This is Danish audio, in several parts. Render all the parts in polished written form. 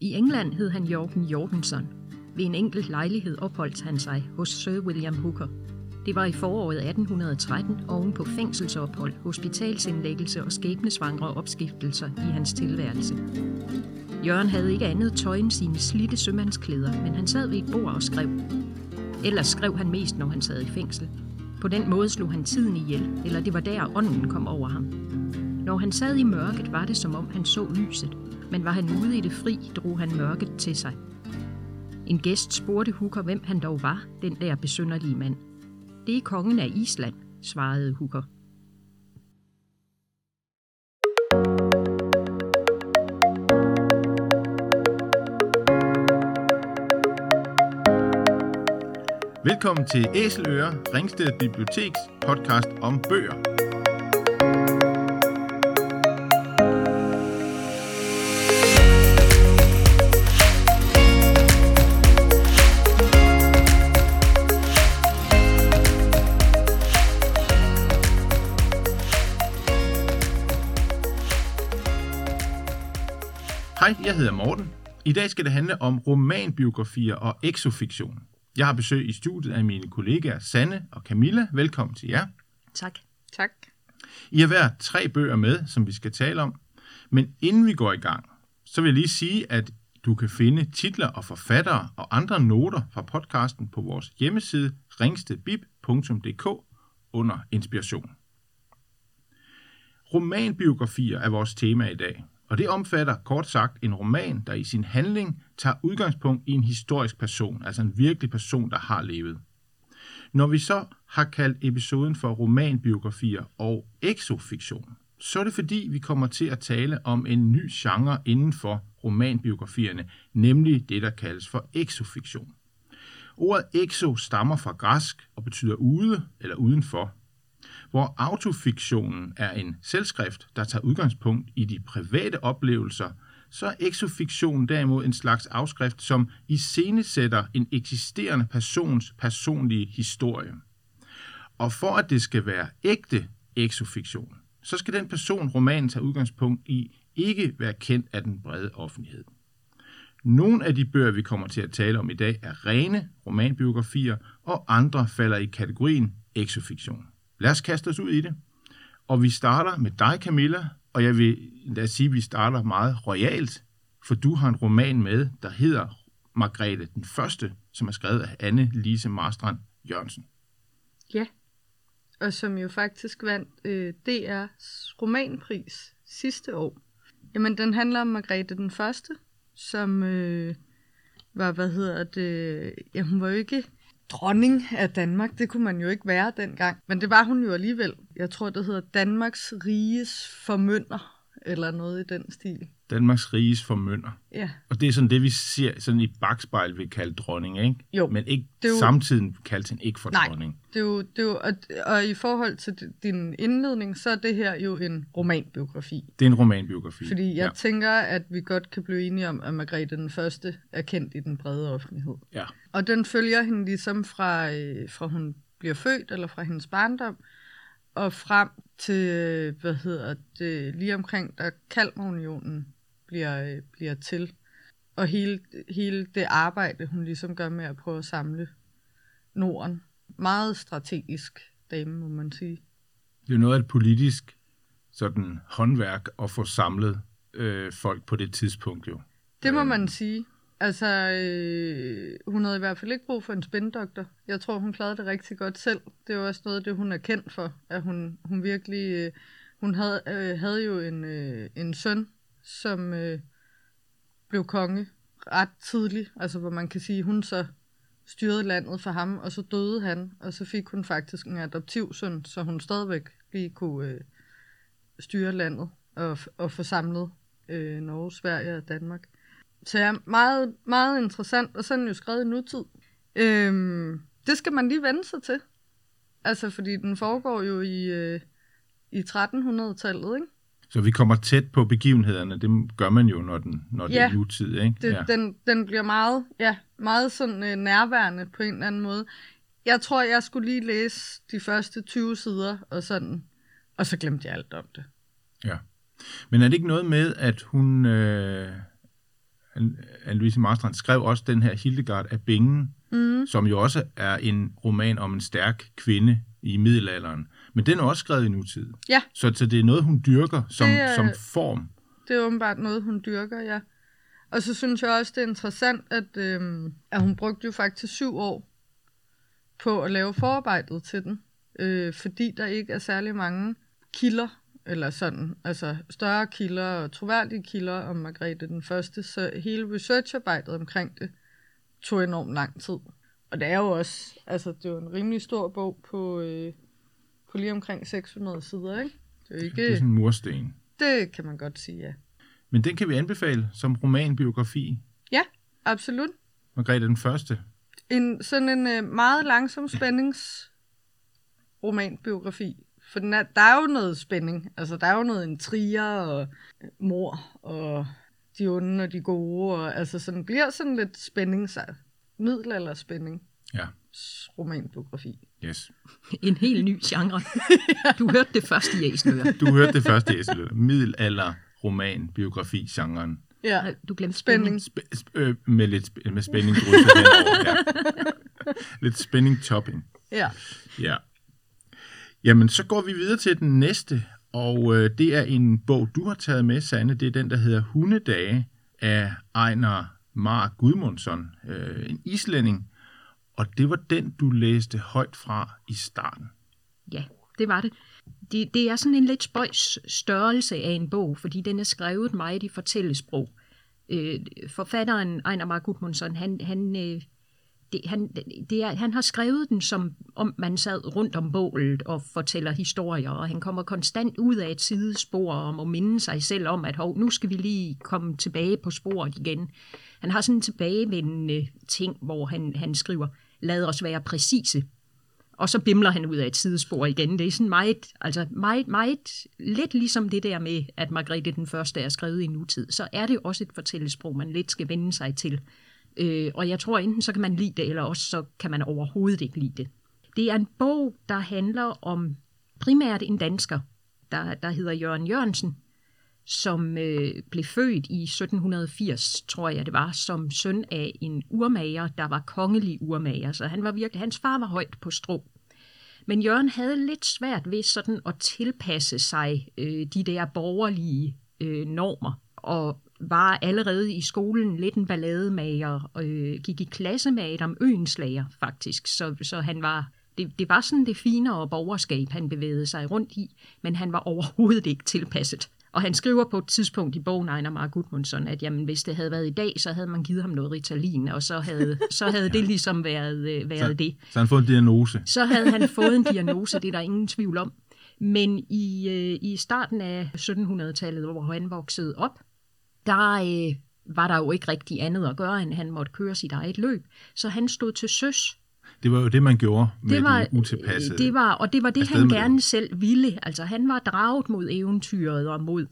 I England hed han Jorgen Jorgensen. Ved en enkelt lejlighed opholdt han sig hos Sir William Hooker. Det var i foråret 1813 oven på fængselsophold, hospitalsindlæggelse og skæbnesvangre opskiftelser i hans tilværelse. Jørgen havde ikke andet tøj end sine slidte sømandsklæder, men han sad ved et bord og skrev. Ellers skrev han mest, når han sad i fængsel. På den måde slog han tiden ihjel, eller det var der ånden kom over ham. Når han sad i mørket, var det som om han så lyset, men var han ude i det fri, drog han mørket til sig. En gæst spurgte Hooker, hvem han dog var, den der besynderlige mand. Det er kongen af Island, svarede Hooker. Velkommen til Æseløre, Ringsted Biblioteks podcast om bøger. Hej, jeg hedder Morten. I dag skal det handle om romanbiografier og exofiktion. Jeg har besøg i studiet af mine kollegaer Sanne og Camilla. Velkommen til jer. Tak. Tak. I har hver 3 bøger med, som vi skal tale om. Men inden vi går i gang, så vil jeg lige sige, at du kan finde titler og forfattere og andre noter fra podcasten på vores hjemmeside ringstedbib.dk under inspiration. Romanbiografier er vores tema i dag. Og det omfatter kort sagt en roman, der i sin handling tager udgangspunkt i en historisk person, altså en virkelig person, der har levet. Når vi så har kaldt episoden for romanbiografier og exofiktion, så er det fordi, vi kommer til at tale om en ny genre inden for romanbiografierne, nemlig det, der kaldes for exofiktion. Ordet exo stammer fra græsk og betyder ude eller udenfor. Hvor autofiktionen er en selvskrift, der tager udgangspunkt i de private oplevelser, så er exofiktionen derimod en slags afskrift, som iscenesætter en eksisterende persons personlige historie. Og for at det skal være ægte exofiktion, så skal den person, romanen tager udgangspunkt i, ikke være kendt af den brede offentlighed. Nogle af de bøger, vi kommer til at tale om i dag, er rene romanbiografier, og andre falder i kategorien exofiktion. Lad os kaste os ud i det. Og vi starter med dig, Camilla, og jeg vil lad os sige, at vi starter meget royalt, for du har en roman med, der hedder Margrethe den Første, som er skrevet af Anne Lise Marstrand Jørgensen. Ja, og som jo faktisk vandt DR's romanpris sidste år. Jamen, den handler om Margrethe den Første, som var, hun var jo ikke dronning af Danmark, det kunne man jo ikke være dengang. Men det var hun jo alligevel. Jeg tror, det hedder Danmarks Riges Formynder, eller noget i den stil. Danmarks Riges Formynder. Ja. Og det er sådan det, vi ser sådan i bakspejl vil kalde dronning, ikke? Jo. Men ikke jo samtidig kaldt hende ikke for nej, dronning. Det er jo og i forhold til din indledning, så er det her jo en romanbiografi. Det er en romanbiografi. Fordi jeg tænker, at vi godt kan blive enige om, at Margrethe den Første er kendt i den brede offentlighed. Ja. Og den følger hende ligesom fra hun bliver født, eller fra hendes barndom, og frem til, lige omkring, da Kalmarunionen bliver til. Og hele det arbejde, hun ligesom gør med at prøve at samle Norden. Meget strategisk dame, må man sige. Det er noget af et politisk sådan håndværk at få samlet folk på det tidspunkt jo. Det må man sige. Altså, hun havde i hvert fald ikke brug for en spindoktor. Jeg tror, hun klarede det rigtig godt selv. Det er jo også noget af det, hun er kendt for. At hun virkelig... hun havde jo en søn, som blev konge ret tidligt. Altså, hvor man kan sige, hun så styrede landet for ham, og så døde han. Og så fik hun faktisk en adoptivsøn, så hun stadigvæk lige kunne styre landet og få samlet Norge, Sverige og Danmark. Så ja, meget, meget interessant, og så er den jo skrevet i nutid. Det skal man lige vende sig til. Altså, fordi den foregår jo i 1300-tallet, ikke? Så vi kommer tæt på begivenhederne, det gør man jo, når det er nutid, ikke? Den bliver meget sådan nærværende på en eller anden måde. Jeg tror, jeg skulle lige læse de første 20 sider, og så glemte jeg alt om det. Ja. Men er det ikke noget med, at hun... Anne-Louise Marstrand skrev også den her Hildegard af Bingen, som jo også er en roman om en stærk kvinde i middelalderen. Men den er også skrevet i nutid. Ja. Så det er noget, hun dyrker som form. Det er åbenbart noget, hun dyrker, ja. Og så synes jeg også, det er interessant, at hun brugte jo faktisk 7 år på at lave forarbejdet til den. Fordi der ikke er særlig mange kilder, eller sådan, altså større kilder og troværdige kilder om Margrethe den Første, så hele researcharbejdet omkring det tog enormt lang tid. Og det er jo også, altså det er jo en rimelig stor bog på lige omkring 600 sider, ikke? Det er jo ikke... Det er sådan en mursten. Det kan man godt sige, ja. Men den kan vi anbefale som romanbiografi. Ja, absolut. Margrethe den Første. Sådan en meget langsom spændingsromanbiografi. For der er jo noget spænding. Altså, der er jo noget intriger og mord og de onde og de gode. Og, altså, sådan bliver sådan lidt spænding, middelalderspænding. Ja. Romanbiografi. Yes. En helt ny genre. Du hørte det første i Æseløer. Du hørte det første i Æseløer. Middelalder roman-biografi-genren. Ja, Du glemte spænding. Med spænding drysset henover. Ja. Lidt spænding-topping. Ja. Ja. Jamen, så går vi videre til den næste, og det er en bog, du har taget med, Sanne. Det er den, der hedder Hundedage af Einar Már Guðmundsson, en islænding. Og det var den, du læste højt fra i starten. Ja, det var det. Det er sådan en lidt spøjs størrelse af en bog, fordi den er skrevet meget i fortællesprog. Forfatteren Einar Már Guðmundsson, han har skrevet den, som om man sad rundt om bålet og fortæller historier, og han kommer konstant ud af et sidespor og må minde sig selv om, at nu skal vi lige komme tilbage på sporet igen. Han har sådan en tilbagevendende ting, hvor han skriver, lad os være præcise. Og så bimler han ud af et sidespor igen. Det er sådan meget, lidt ligesom det der med, at Margrethe den Første er skrevet i nutid. Så er det også et fortællesprog, man lidt skal vende sig til. Og jeg tror, enten så kan man lide det, eller også så kan man overhovedet ikke lide det. Det er en bog, der handler om primært en dansker, der hedder Jørgen Jørgensen, som blev født i 1780, tror jeg det var, som søn af en urmager, der var kongelig urmager. Så hans far var højt på strå. Men Jørgen havde lidt svært ved sådan at tilpasse sig de der borgerlige normer, og var allerede i skolen lidt en ballademager, og gik i klasse med Adam Oehlenschläger faktisk, så han var, det var sådan det finere borgerskab, han bevægede sig rundt i, men han var overhovedet ikke tilpasset. Og han skriver på et tidspunkt i bogen Einar Már Guðmundsson, at jamen, hvis det havde været i dag, så havde man givet ham noget Ritalin, og så havde det ligesom været det. Så han fået en diagnose. Så havde han fået en diagnose, det er der ingen tvivl om. Men i starten af 1700-tallet, hvor han voksede op, der var der jo ikke rigtig andet at gøre, end han måtte køre sit eget løb. Så han stod til søs. Det var jo det, man gjorde med de utilpassede. Det var det, han gerne selv ville. Altså, han var draget mod eventyret og mod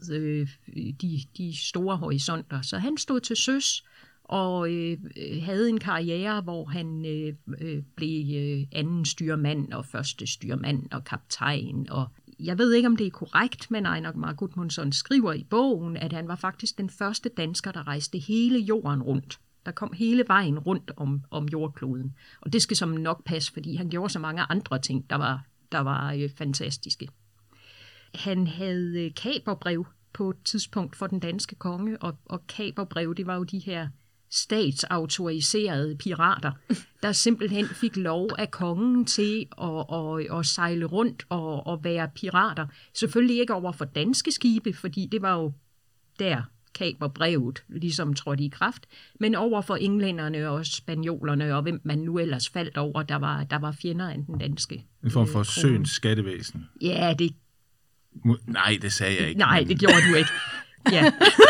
de store horisonter. Så han stod til søs og havde en karriere, hvor han blev anden styrmand og første styrmand og kaptajn. Og jeg ved ikke, om det er korrekt, men Einar Már Guðmundsson skriver i bogen, at han var faktisk den første dansker, der rejste hele jorden rundt. Der kom hele vejen rundt om jordkloden. Og det skal som nok passe, fordi han gjorde så mange andre ting, der var fantastiske. Han havde kaperbrev på et tidspunkt for den danske konge, og kaperbrev, det var jo de her statsautoriserede pirater, der simpelthen fik lov af kongen til at sejle rundt og være pirater. Selvfølgelig ikke over for danske skibe, fordi det var jo der kaperbrevet ligesom trådte i kraft, men over for englænderne og spanjolerne og hvem man nu ellers faldt over, der var fjender af den danske. En form for søens skattevæsen. Ja, det... Nej, det sagde jeg ikke. Nej, det gjorde du ikke. Ja.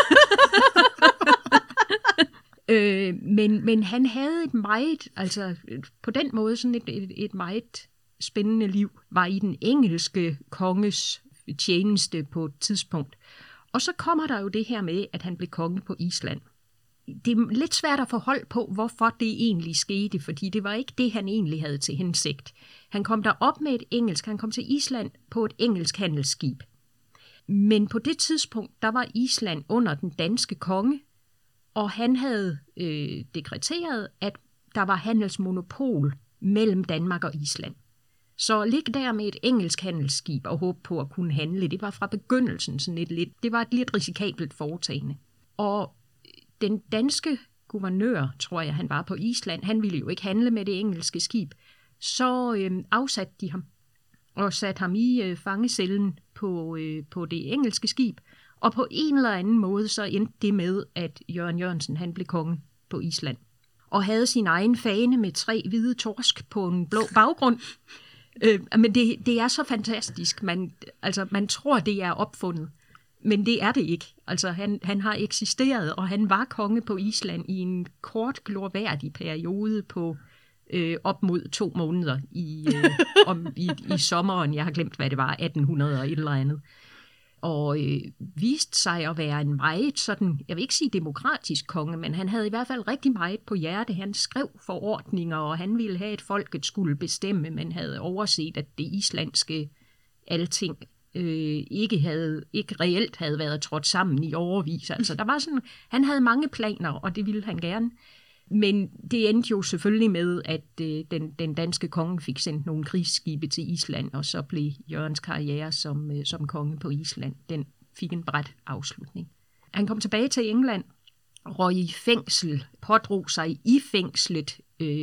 Men han havde et meget, altså på den måde sådan et meget spændende liv, var i den engelske konges tjeneste på et tidspunkt. Og så kommer der jo det her med, at han blev konge på Island. Det er lidt svært at få hold på, hvorfor det egentlig skete, fordi det var ikke det, han egentlig havde til hensigt. Han kom derop med han kom til Island på et engelsk handelsskib. Men på det tidspunkt, der var Island under den danske konge, Og han havde dekreteret, at der var handelsmonopol mellem Danmark og Island. Så ligge der med et engelsk handelsskib og håbe på at kunne handle, det var fra begyndelsen sådan det var et lidt risikabelt foretagende. Og den danske guvernør, tror jeg, han var på Island, han ville jo ikke handle med det engelske skib. Så afsatte de ham og satte ham i fangecellen på det engelske skib. Og på en eller anden måde så endte det med, at Jørgen Jørgensen han blev konge på Island. Og havde sin egen fane med 3 hvide torsk på en blå baggrund. Men det er så fantastisk. Man tror, det er opfundet. Men det er det ikke. Altså, han har eksisteret, og han var konge på Island i en kort, glorværdig periode på op mod 2 måneder i sommeren. Jeg har glemt, hvad det var, 1800 og et eller andet. Og viste sig at være en meget sådan, jeg vil ikke sige demokratisk konge, men han havde i hvert fald rigtig meget på hjerte. Han skrev forordninger, og han ville have, at folket skulle bestemme, men havde overset, at det islandske alting ikke reelt havde været trådt sammen i årevis. Altså, der var sådan, han havde mange planer, og det ville han gerne. Men det endte jo selvfølgelig med, at den danske konge fik sendt nogle krigsskibe til Island, og så blev Jørgens karriere som konge på Island, den fik en brat afslutning. Han kom tilbage til England, røg i fængsel, pådrog sig i fængslet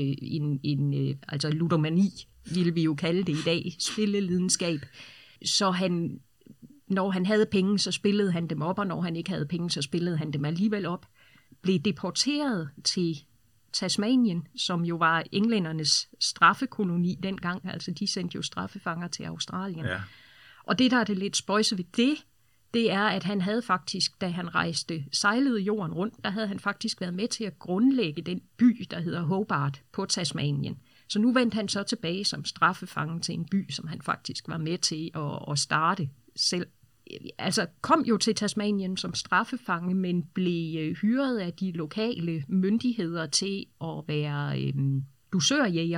altså ludomani, ville vi jo kalde det i dag, spillelidenskab. Så når han havde penge, så spillede han dem op, og når han ikke havde penge, så spillede han dem alligevel op. Blev deporteret til Tasmanien, som jo var englændernes straffekoloni dengang, altså de sendte jo straffefanger til Australien. Ja. Og det, der er det lidt spøjse ved det er, at han havde faktisk, da han sejlede jorden rundt, der havde han faktisk været med til at grundlægge den by, der hedder Hobart på Tasmanien. Så nu vendte han så tilbage som straffefange til en by, som han faktisk var med til at starte selv. Altså kom jo til Tasmanien som straffefange, men blev hyret af de lokale myndigheder til at være dusørjæger.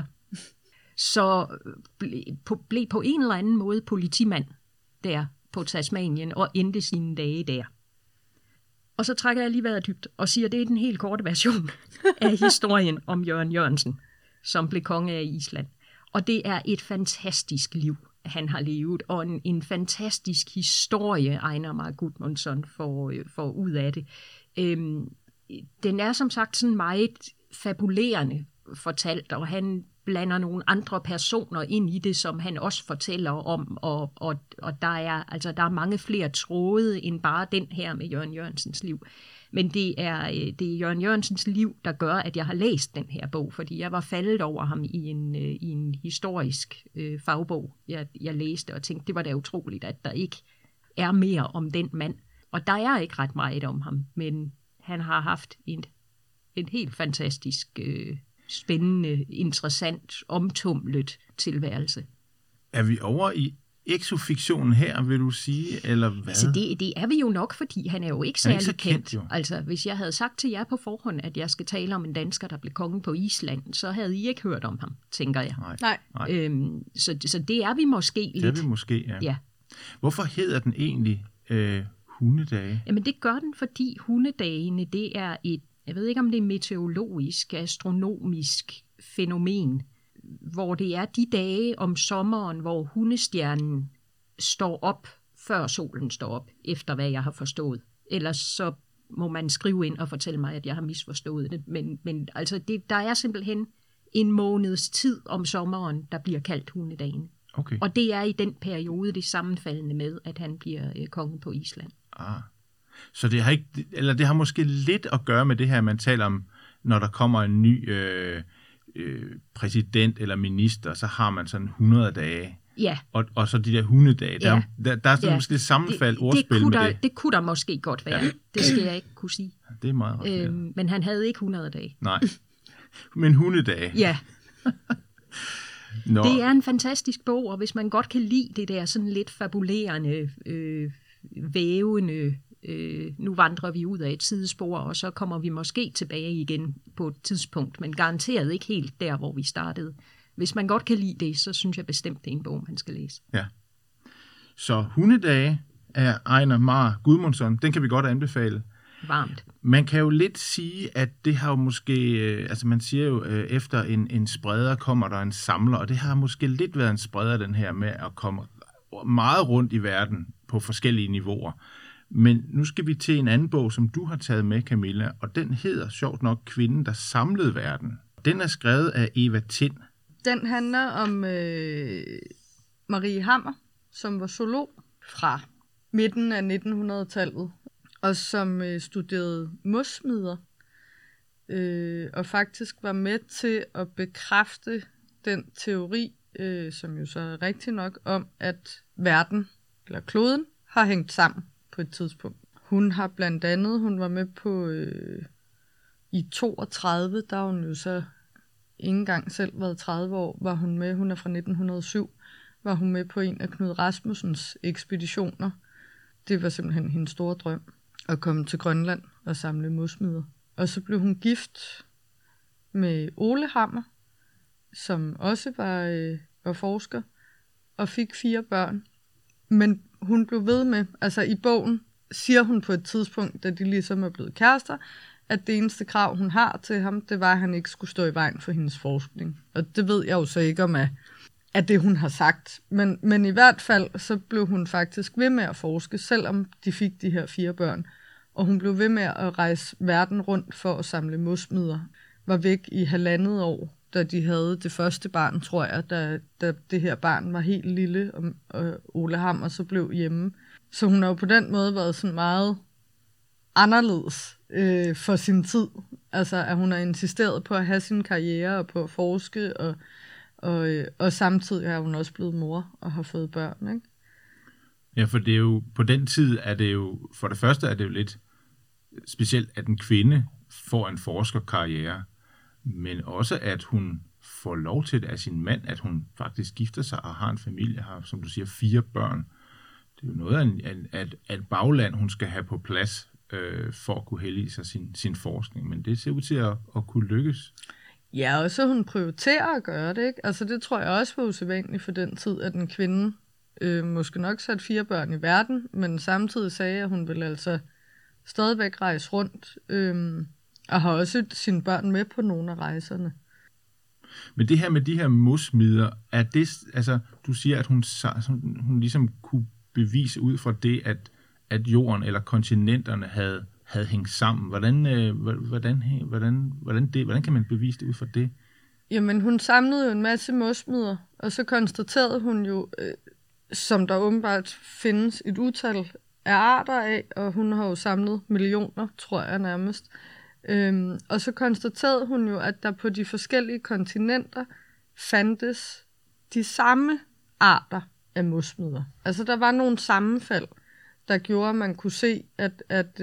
Så blev på en eller anden måde politimand der på Tasmanien og endte sine dage der. Og så trækker jeg lige vejret dybt og siger, at det er den helt korte version af historien om Jørgen Jørgensen, som blev konge af Island. Og det er et fantastisk liv, han har levet, og en fantastisk historie, Einar Már Guðmundsson får ud af det. Den er som sagt sådan meget fabulerende fortalt, og han blander nogle andre personer ind i det, som han også fortæller om, og der er mange flere tråde end bare den her med Jørgen Jørgensens liv. Men det er Jørgen Jørgensens liv, der gør, at jeg har læst den her bog, fordi jeg var faldet over ham i en historisk fagbog, jeg læste, og tænkte, det var da utroligt, at der ikke er mere om den mand. Og der er ikke ret meget om ham, men han har haft en helt fantastisk, spændende, interessant, omtumlet tilværelse. Er vi over i exofiktionen her, vil du sige, eller hvad? Altså det er vi jo nok, fordi han er jo ikke særlig kendt. Altså, hvis jeg havde sagt til jer på forhånd, at jeg skal tale om en dansker, der blev konge på Island, så havde I ikke hørt om ham, tænker jeg. Nej. Så det er vi måske lidt. Det er vi måske, ja. Hvorfor hedder den egentlig hundedage? Jamen det gør den, fordi hundedagene, det er jeg ved ikke om det er meteorologisk, astronomisk fænomen, hvor det er de dage om sommeren, hvor hundestjernen står op, før solen står op, efter hvad jeg har forstået. Ellers så må man skrive ind og fortælle mig, at jeg har misforstået det. Men altså, der er simpelthen en måneds tid om sommeren, der bliver kaldt hundedagen. Okay. Og det er i den periode, det sammenfaldende med, at han bliver konge på Island. Så det har måske lidt at gøre med det her, man taler om, når der kommer en ny præsident eller minister, så har man sådan 100 dage. Ja. Og så de der hundedage, der er sådan måske sammenfald ordspil med det. Det kunne der måske godt være. Det skal jeg ikke kunne sige. Det er meget rart. Men han havde ikke 100 dage. Nej, men hundedage. Ja. Det er en fantastisk bog, og hvis man godt kan lide det der sådan lidt fabulerende, vævende, nu vandrer vi ud af et sidespor, og så kommer vi måske tilbage igen på et tidspunkt, men garanteret ikke helt der, hvor vi startede. Hvis man godt kan lide det, så synes jeg bestemt, det er en bog, man skal læse. Ja. Så Hundedage af Einar Már Guðmundsson, den kan vi godt anbefale. varmt. Man kan jo lidt sige, at det har jo måske, altså man siger jo, efter en spreder kommer der en samler, og det har måske lidt været en spreder, den her med at komme meget rundt i verden på forskellige niveauer. Men nu skal vi til en anden bog, som du har taget med, Camilla, og den hedder sjovt nok Kvinden, der samlede verden. Den er skrevet af Eva Tind. Den handler om Marie Hammer, som var zoolog fra midten af 1900-tallet, og som studerede mosmider, og faktisk var med til at bekræfte den teori, som jo så er rigtig nok, om at verden, eller kloden, har hængt sammen på et tidspunkt. Hun har blandt andet, hun var med på i 32, der har hun jo så ikke engang selv været 30 år, var hun med, hun er fra 1907, var hun med på en af Knud Rasmussens ekspeditioner. Det var simpelthen hendes store drøm, at komme til Grønland og samle mosmider. Og så blev hun gift med Ole Hammer, som også var forsker, og fik 4 børn. Men hun blev ved med, altså i bogen siger hun på et tidspunkt, da de ligesom er blevet kærester, at det eneste krav, hun har til ham, det var, at han ikke skulle stå i vejen for hendes forskning. Og det ved jeg jo så ikke om er det, hun har sagt. Men i hvert fald, så blev hun faktisk ved med at forske, selvom de fik de her 4 børn. Og hun blev ved med at rejse verden rundt for at samle mosmider. Var væk i 1,5 år, da de havde det første barn, tror jeg, da det her barn var helt lille, og Ole Hammer så blev hjemme. Så hun har jo på den måde været sådan meget anderledes for sin tid. Altså, at hun har insisteret på at have sin karriere og på at forske, og samtidig er hun også blevet mor og har fået børn, ikke? Ja, for det er jo, på den tid er det jo, for det første er det jo lidt specielt, at en kvinde får en forskerkarriere, men også at hun får lov til det af sin mand, at hun faktisk gifter sig og har en familie, har, som du siger, 4 børn. Det er jo noget af et bagland, hun skal have på plads, for at kunne hellige sig sin forskning, men det ser ud til at kunne lykkes. Ja, og så hun prioriterer at gøre det, ikke? Altså det tror jeg også var usædvanligt for den tid, at en kvinde måske nok satte 4 børn i verden, men samtidig sagde, at hun ville altså stadigvæk rejse rundt, og har også sine børn med på nogle af rejserne. Men det her med de her mosmider, er det, altså du siger, at hun ligesom kunne bevise ud fra det, at jorden eller kontinenterne havde hængt sammen. Hvordan kan man bevise det ud fra det? Jamen, hun samlede jo en masse mosmider, og så konstaterede hun jo, som der åbenbart findes et utal af arter af, og hun har jo samlet millioner, tror jeg nærmest. Og så konstaterede hun jo, at der på de forskellige kontinenter fandtes de samme arter af mosmider. Altså, der var nogle sammenfald, der gjorde, at man kunne se, at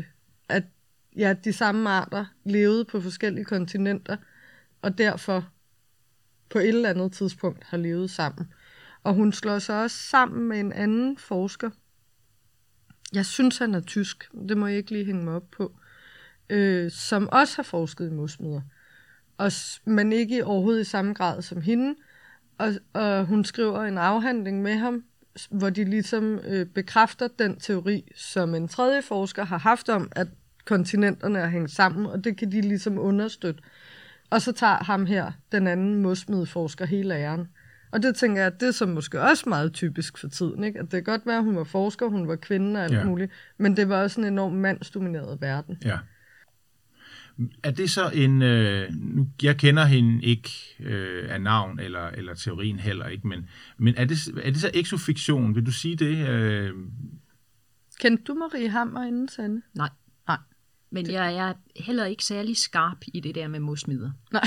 de samme arter levede på forskellige kontinenter, og derfor på et eller andet tidspunkt har levet sammen. Og hun slår sig også sammen med en anden forsker. Jeg synes, han er tysk. Det må jeg ikke lige hænge mig op på. Som også har forsket i mosmider. Men ikke overhovedet i samme grad som hende. Og hun skriver en afhandling med ham, hvor de ligesom bekræfter den teori, som en tredje forsker har haft om, at kontinenterne er hængt sammen, og det kan de ligesom understøtte. Og så tager ham her, den anden mosmidforsker, hele æren. Og det tænker jeg, det er så måske også meget typisk for tiden, ikke? At det kan godt være, at hun var forsker, hun var kvinde og alt muligt, men det var også en enorm mandsdomineret verden. Ja. Er det så en... jeg kender hende ikke af navn eller teorien heller ikke, men er det så exofiktion? Vil du sige det? Kendte du Marie Hammer inden, Sanne? Nej. Men jeg er heller ikke særlig skarp i det der med mosmider. Nej.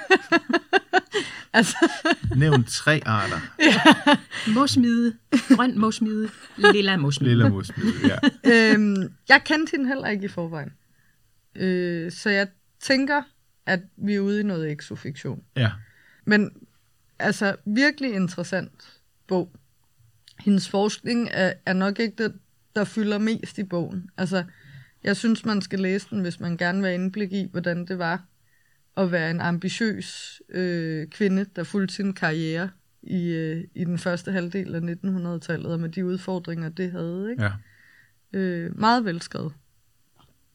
Altså. Nævn 3 arter. Ja. Mosmide, grøn mosmide, lilla mosmide. Lilla mosmide, ja. Jeg kendte hende heller ikke i forvejen. Så jeg tænker, at vi er ude i noget exofiktion. Ja. Men altså, virkelig interessant bog. Hendes forskning er nok ikke det, der fylder mest i bogen. Altså, jeg synes, man skal læse den, hvis man gerne vil have indblik i, hvordan det var at være en ambitiøs kvinde, der fulgte sin karriere i den første halvdel af 1900-tallet, og med de udfordringer, det havde. Ikke? Ja. Meget velskrevet.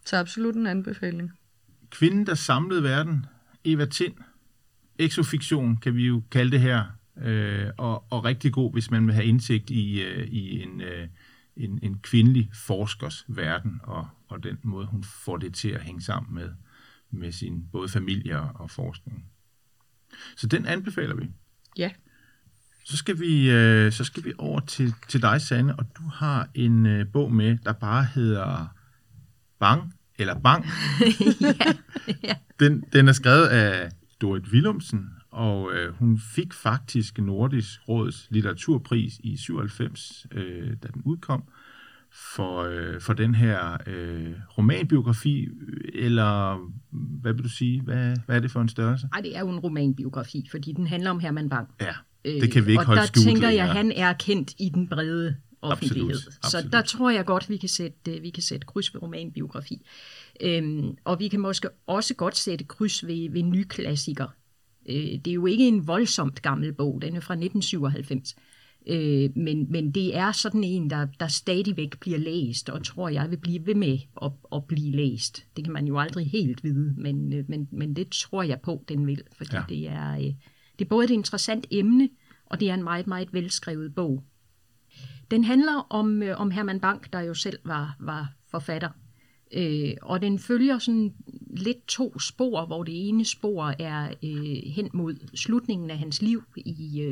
Så absolut en anbefaling. Kvinden, der samlede verden, Eva Tind. Exofiktion kan vi jo kalde det her, og rigtig god, hvis man vil have indsigt i en kvindelig forskers verden, og den måde, hun får det til at hænge sammen med sin både familie og forskning. Så den anbefaler vi. Ja. Så skal vi over til dig, Sanne, og du har en bog med, der bare hedder Bang, eller Bang. Ja. Den er skrevet af Dorrit Willumsen, og hun fik faktisk Nordisk Råds litteraturpris i 97, da den udkom, for den her romanbiografi, eller hvad vil du sige? Hvad er det for en størrelse? Ej, det er jo en romanbiografi, fordi den handler om Herman Bang. Ja, det kan vi ikke holde skjult. Og der tænker jeg, at han er kendt i den brede offentlighed. Absolut. Så der tror jeg godt, vi kan sætte kryds ved romanbiografi. Og vi kan måske også godt sætte kryds ved nyklassiker. Det er jo ikke en voldsomt gammel bog, den er fra 1997. Men det er sådan en, der stadigvæk bliver læst, og tror jeg vil blive ved med at blive læst. Det kan man jo aldrig helt vide, men det tror jeg på, den vil, fordi det er både et interessant emne, og det er en meget, meget velskrevet bog. Den handler om Herman Bang, der jo selv var forfatter. Og den følger sådan lidt 2 spor, hvor det ene spor er hen mod slutningen af hans liv i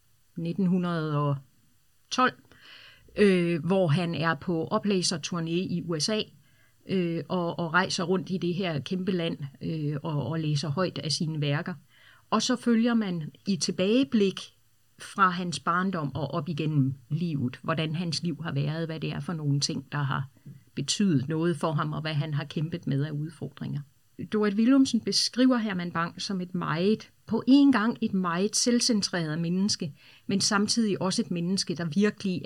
1912, hvor han er på oplæserturné i USA og rejser rundt i det her kæmpe land og læser højt af sine værker. Og så følger man i tilbageblik fra hans barndom og op igennem livet, hvordan hans liv har været, hvad det er for nogle ting, der har betydet noget for ham, og hvad han har kæmpet med af udfordringer. Dorrit Willumsen beskriver Herman Bang som på en gang et meget selvcentreret menneske, men samtidig også et menneske, der virkelig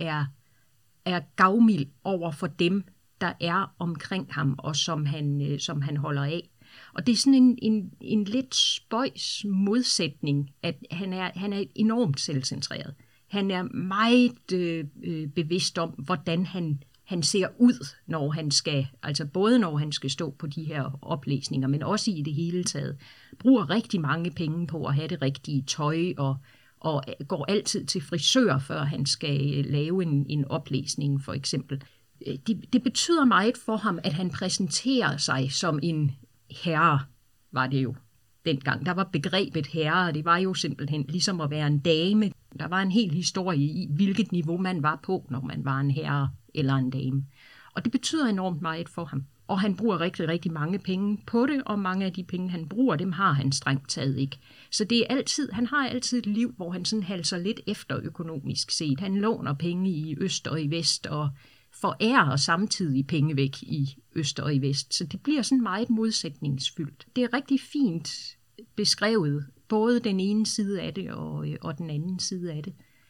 er gavmild over for dem, der er omkring ham, og som han holder af. Og det er sådan en lidt spøjs modsætning, at han er enormt selvcentreret. Han er meget bevidst om, hvordan han ser ud, når han skal, altså både når han skal stå på de her oplæsninger, men også i det hele taget. Bruger rigtig mange penge på at have det rigtige tøj, og går altid til frisør, før han skal lave en oplæsning, for eksempel. Det betyder meget for ham, at han præsenterer sig som en herre, var det jo dengang. Der var begrebet herre, og det var jo simpelthen ligesom at være en dame. Der var en hel historie i, hvilket niveau man var på, når man var en herre eller en dame. Og det betyder enormt meget for ham. Og han bruger rigtig, rigtig mange penge på det, og mange af de penge, han bruger, dem har han strengt taget ikke. Så det er han har altid et liv, hvor han sådan halser lidt efter økonomisk set. Han låner penge i øst og i vest, og forærer samtidig penge væk i øst og i vest. Så det bliver sådan meget modsætningsfyldt. Det er rigtig fint beskrevet, både den ene side af det og den anden side af det.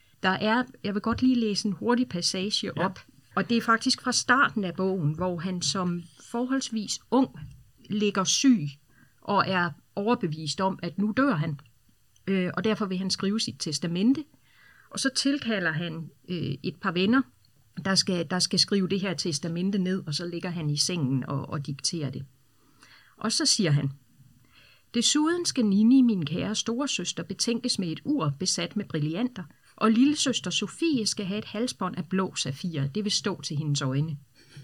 Jeg vil godt lige læse en hurtig passage op, og det er faktisk fra starten af bogen, hvor han som forholdsvis ung ligger syg og er overbevist om, at nu dør han, og derfor vil han skrive sit testamente, og så tilkalder han et par venner, der skal skrive det her testamente ned, og så ligger han i sengen og dikterer det. Og så siger han: desuden skal Nini, min kære storesøster, betænkes med et ur besat med brillanter, og lillesøster Sofie skal have et halsbånd af blå safir. Det vil stå til hendes øjne.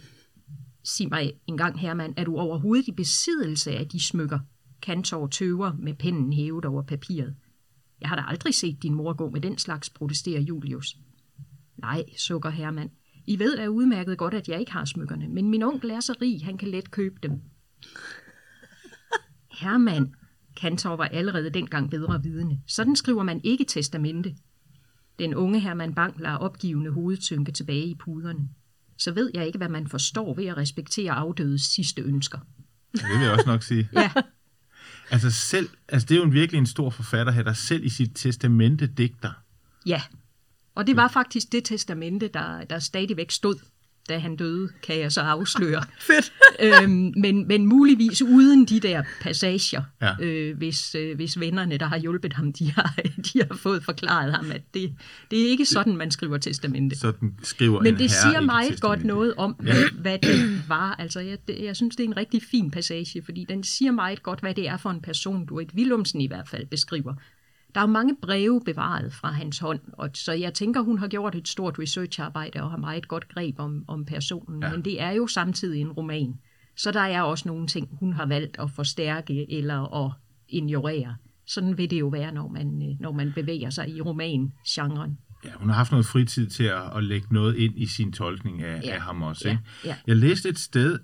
Sig mig engang, Herman, er du overhovedet i besiddelse af de smykker? Kantor tøver med pennen hævet over papiret. Jeg har da aldrig set din mor gå med den slags, protesterer Julius. Nej, sukker Herman. I ved da udmærket godt, at jeg ikke har smykkerne, men min onkel er så rig, han kan let købe dem. Herman, Kantor var allerede dengang bedre vidende. Sådan skriver man ikke testamente. Den unge Herman Bang lader opgivende hovedtynke tilbage i puderne. Så ved jeg ikke, hvad man forstår ved at respektere afdødes sidste ønsker. Det vil jeg også nok sige. Ja. Altså det er jo virkelig en stor forfatter her, der selv i sit testamente digter. Ja, og det var faktisk det testamente, der stadigvæk stod da han døde, kan jeg så afsløre. Fedt. Men muligvis uden de der passager, Ja. hvis vennerne, der har hjulpet ham, de har fået forklaret ham, at det er ikke sådan, man skriver testamente. Sådan skriver Men en det herre siger ikke meget testamente. godt noget om, hvad det var. Altså, jeg synes, det er en rigtig fin passage, fordi den siger meget godt, hvad det er for en person, Dorrit Willumsen i hvert fald beskriver. Der er jo mange breve bevaret fra hans hånd, og så jeg tænker, hun har gjort et stort researcharbejde og har meget godt greb om personen. Ja. Men det er jo samtidig en roman, så der er også nogle ting, hun har valgt at forstærke eller at ignorere. Sådan vil det jo være, når man bevæger sig i romangenren. Ja, hun har haft noget fritid til at lægge noget ind i sin tolkning af ham også. Ikke? Ja. Jeg læste et sted,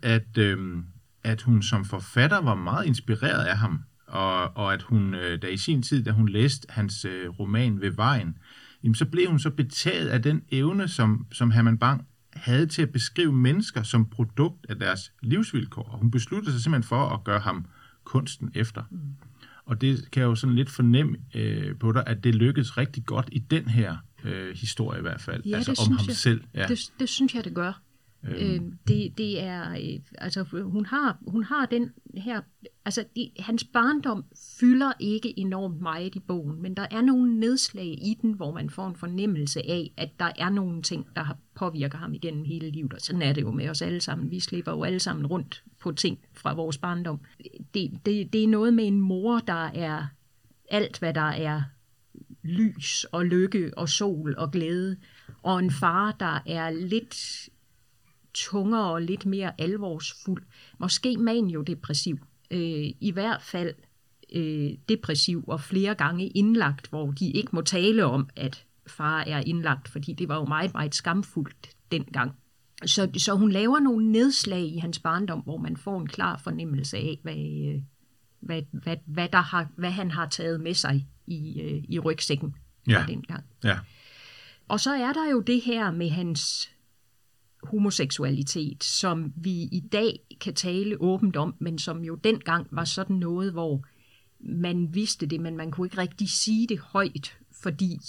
at hun som forfatter var meget inspireret af ham, og at hun, da i sin tid, da hun læste hans roman Ved vejen, jamen, så blev hun så betaget af den evne, som Herman Bang havde til at beskrive mennesker som produkt af deres livsvilkår. Og hun besluttede sig simpelthen for at gøre ham kunsten efter. Og det kan jeg jo sådan lidt fornemme på dig, at det lykkedes rigtig godt i den her historie i hvert fald. Ja, altså det om synes ham jeg. selv. Ja. Det synes jeg, det gør. Det er, altså hun har den her, altså hans barndom fylder ikke enormt meget i bogen, men der er nogle nedslag i den, hvor man får en fornemmelse af, at der er nogle ting, der påvirker ham igennem hele livet, og sådan er det jo med os alle sammen. Vi slipper jo alle sammen rundt på ting fra vores barndom. Det er noget med en mor, der er alt, hvad der er lys og lykke og sol og glæde, og en far, der er lidt tungere og lidt mere alvorsfuld. Måske maniodepressiv. I hvert fald depressiv og flere gange indlagt, hvor de ikke må tale om, at far er indlagt, fordi det var jo meget, meget skamfuldt dengang. Så hun laver nogle nedslag i hans barndom, hvor man får en klar fornemmelse af, hvad han har taget med sig i rygsækken dengang. Ja. Og så er der jo det her med hans homoseksualitet, som vi i dag kan tale åbent om, men som jo dengang var sådan noget, hvor man vidste det, men man kunne ikke rigtig sige det højt, fordi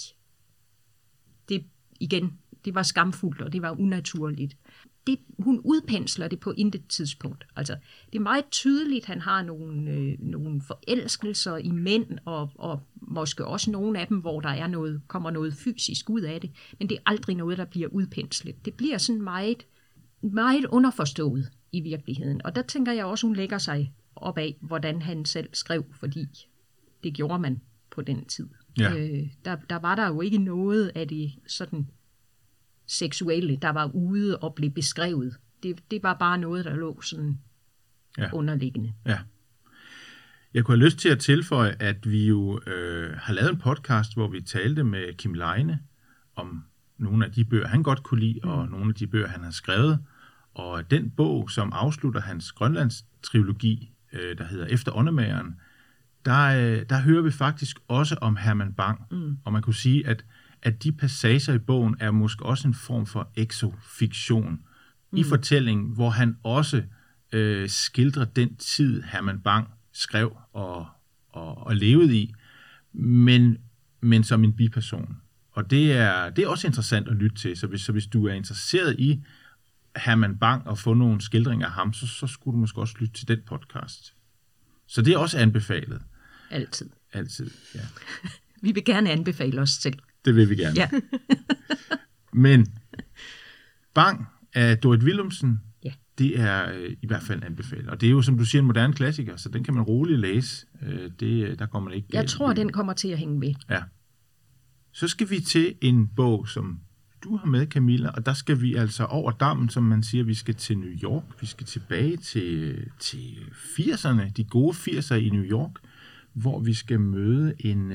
det var skamfuldt, og det var unaturligt. Hun udpensler det på intet tidspunkt. Altså, det er meget tydeligt, at han har nogle forelskelser i mænd, og måske også nogle af dem, hvor der kommer noget fysisk ud af det, men det er aldrig noget, der bliver udpenslet. Det bliver sådan meget, meget underforstået i virkeligheden. Og der tænker jeg også, hun lægger sig op af, hvordan han selv skrev, fordi det gjorde man på den tid. Ja. Der var der jo ikke noget af det sådan seksuelle, der var ude og blev beskrevet. Det var bare noget, der lå sådan underliggende. Ja. Jeg kunne have lyst til at tilføje, at vi jo har lavet en podcast, hvor vi talte med Kim Leine om nogle af de bøger, han godt kunne lide, og nogle af de bøger, han har skrevet. Og den bog, som afslutter hans Grønlands-trilogi, der hedder Efter åndemageren, der hører vi faktisk også om Herman Bang. Og man kunne sige, at de passager i bogen er måske også en form for exofiktion i fortællingen, hvor han også skildrer den tid, Herman Bang skrev og levede i, men som en biperson. Og det er også interessant at lytte til, så hvis du er interesseret i Herman Bang og få nogle skildringer af ham, så skulle du måske også lytte til den podcast. Så det er også anbefalet. Altid, ja. Vi vil gerne anbefale os selv. Det vil vi gerne. Ja. Men Bang af Dorrit Willumsen, det er i hvert fald en anbefaling. Og det er jo, som du siger, en moderne klassiker, så den kan man roligt læse. Der går man ikke... Jeg tror, den kommer til at hænge med. Ja. Så skal vi til en bog, som du har med, Camilla, og der skal vi altså over dammen, som man siger, vi skal til New York. Vi skal tilbage til 80'erne, de gode 80'er i New York, hvor vi skal møde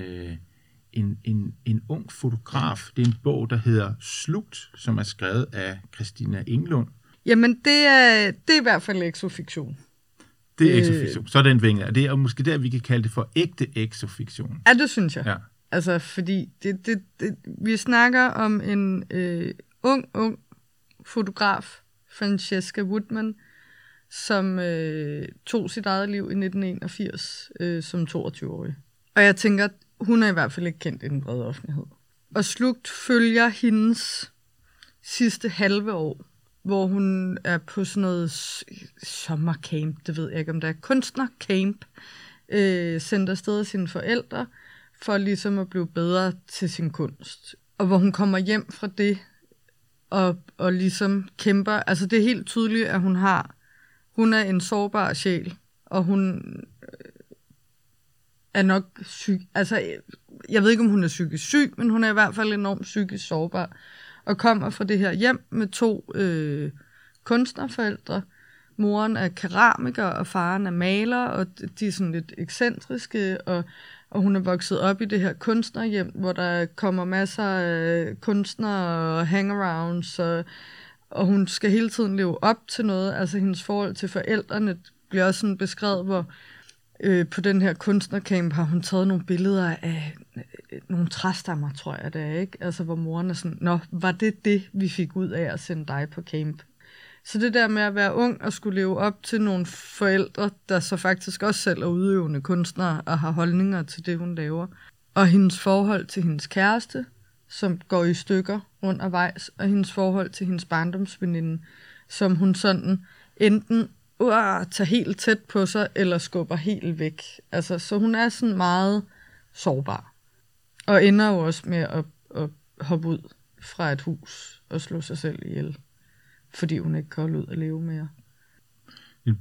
en ung fotograf. Det er en bog, der hedder Slugt, som er skrevet af Christina Englund. Jamen, det er i hvert fald exofiktion. Det er exofiktion. Så er den vinge. Det er måske der, vi kan kalde det for ægte exofiktion. Ja, det synes jeg. Ja. Altså, fordi vi snakker om en ung fotograf, Francesca Woodman, som tog sit eget liv i 1981 som 22-årig. Og jeg tænker, hun er i hvert fald ikke kendt i den brede offentlighed. Og Slugt følger hendes sidste halve år hvor hun er på sådan noget sommercamp, det ved jeg ikke om det er, kunstnercamp, sendt afsted af sine forældre, for ligesom at blive bedre til sin kunst. Og hvor hun kommer hjem fra det, og ligesom kæmper. Altså det er helt tydeligt, at hun er en sårbar sjæl, og hun er nok syg. Altså, jeg ved ikke, om hun er psykisk syg, men hun er i hvert fald enormt psykisk sårbar, og kommer fra det her hjem med 2 kunstnerforældre. Moren er keramiker, og faren er maler, og de er sådan lidt ekscentriske, og hun er vokset op i det her kunstnerhjem, hvor der kommer masser af kunstnere og hangarounds, og hun skal hele tiden leve op til noget. Altså hendes forhold til forældrene bliver også sådan beskrevet, hvor på den her kunstnercamp har hun taget nogle billeder af nogle træstammer, tror jeg det er, ikke? Altså hvor moren er sådan, nå, var det, vi fik ud af at sende dig på camp? Så det der med at være ung og skulle leve op til nogle forældre, der så faktisk også selv er udøvende kunstnere og har holdninger til det, hun laver. Og hendes forhold til hendes kæreste, som går i stykker undervejs, og hendes forhold til hendes barndomsveninde, som hun sådan enten tager helt tæt på sig, eller skubber helt væk. Altså, så hun er sådan meget sårbar. Og ender jo også med at hoppe ud fra et hus og slå sig selv ihjel, fordi hun ikke kan holde ud at leve mere. En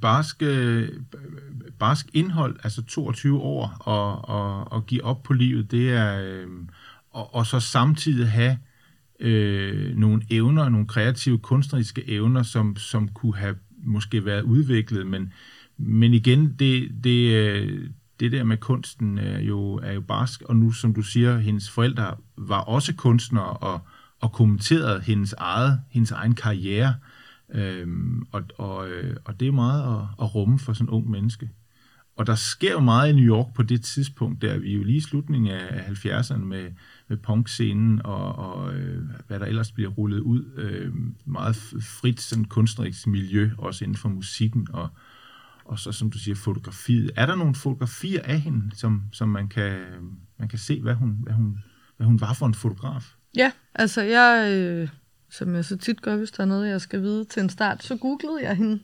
barsk indhold, altså 22 år, og give op på livet, det er, og så samtidig have nogle evner, nogle kreative kunstneriske evner, som kunne have måske været udviklet, men igen, det der med kunsten er jo barsk, og nu, som du siger, hendes forældre var også kunstnere, og kommenterede hendes egen karriere, og det er meget at rumme for sådan en ung menneske. Og der sker jo meget i New York på det tidspunkt, der vi er jo lige i slutningen af 70'erne med punkscenen og hvad der ellers bliver rullet ud. Meget frit sådan kunstnerisk miljø, også inden for musikken, og så som du siger, fotografiet. Er der nogle fotografier af hende, som man kan se, hvad hun var for en fotograf? Ja, altså jeg, som jeg så tit gør, hvis der er noget, jeg skal vide til en start, så googlede jeg hende.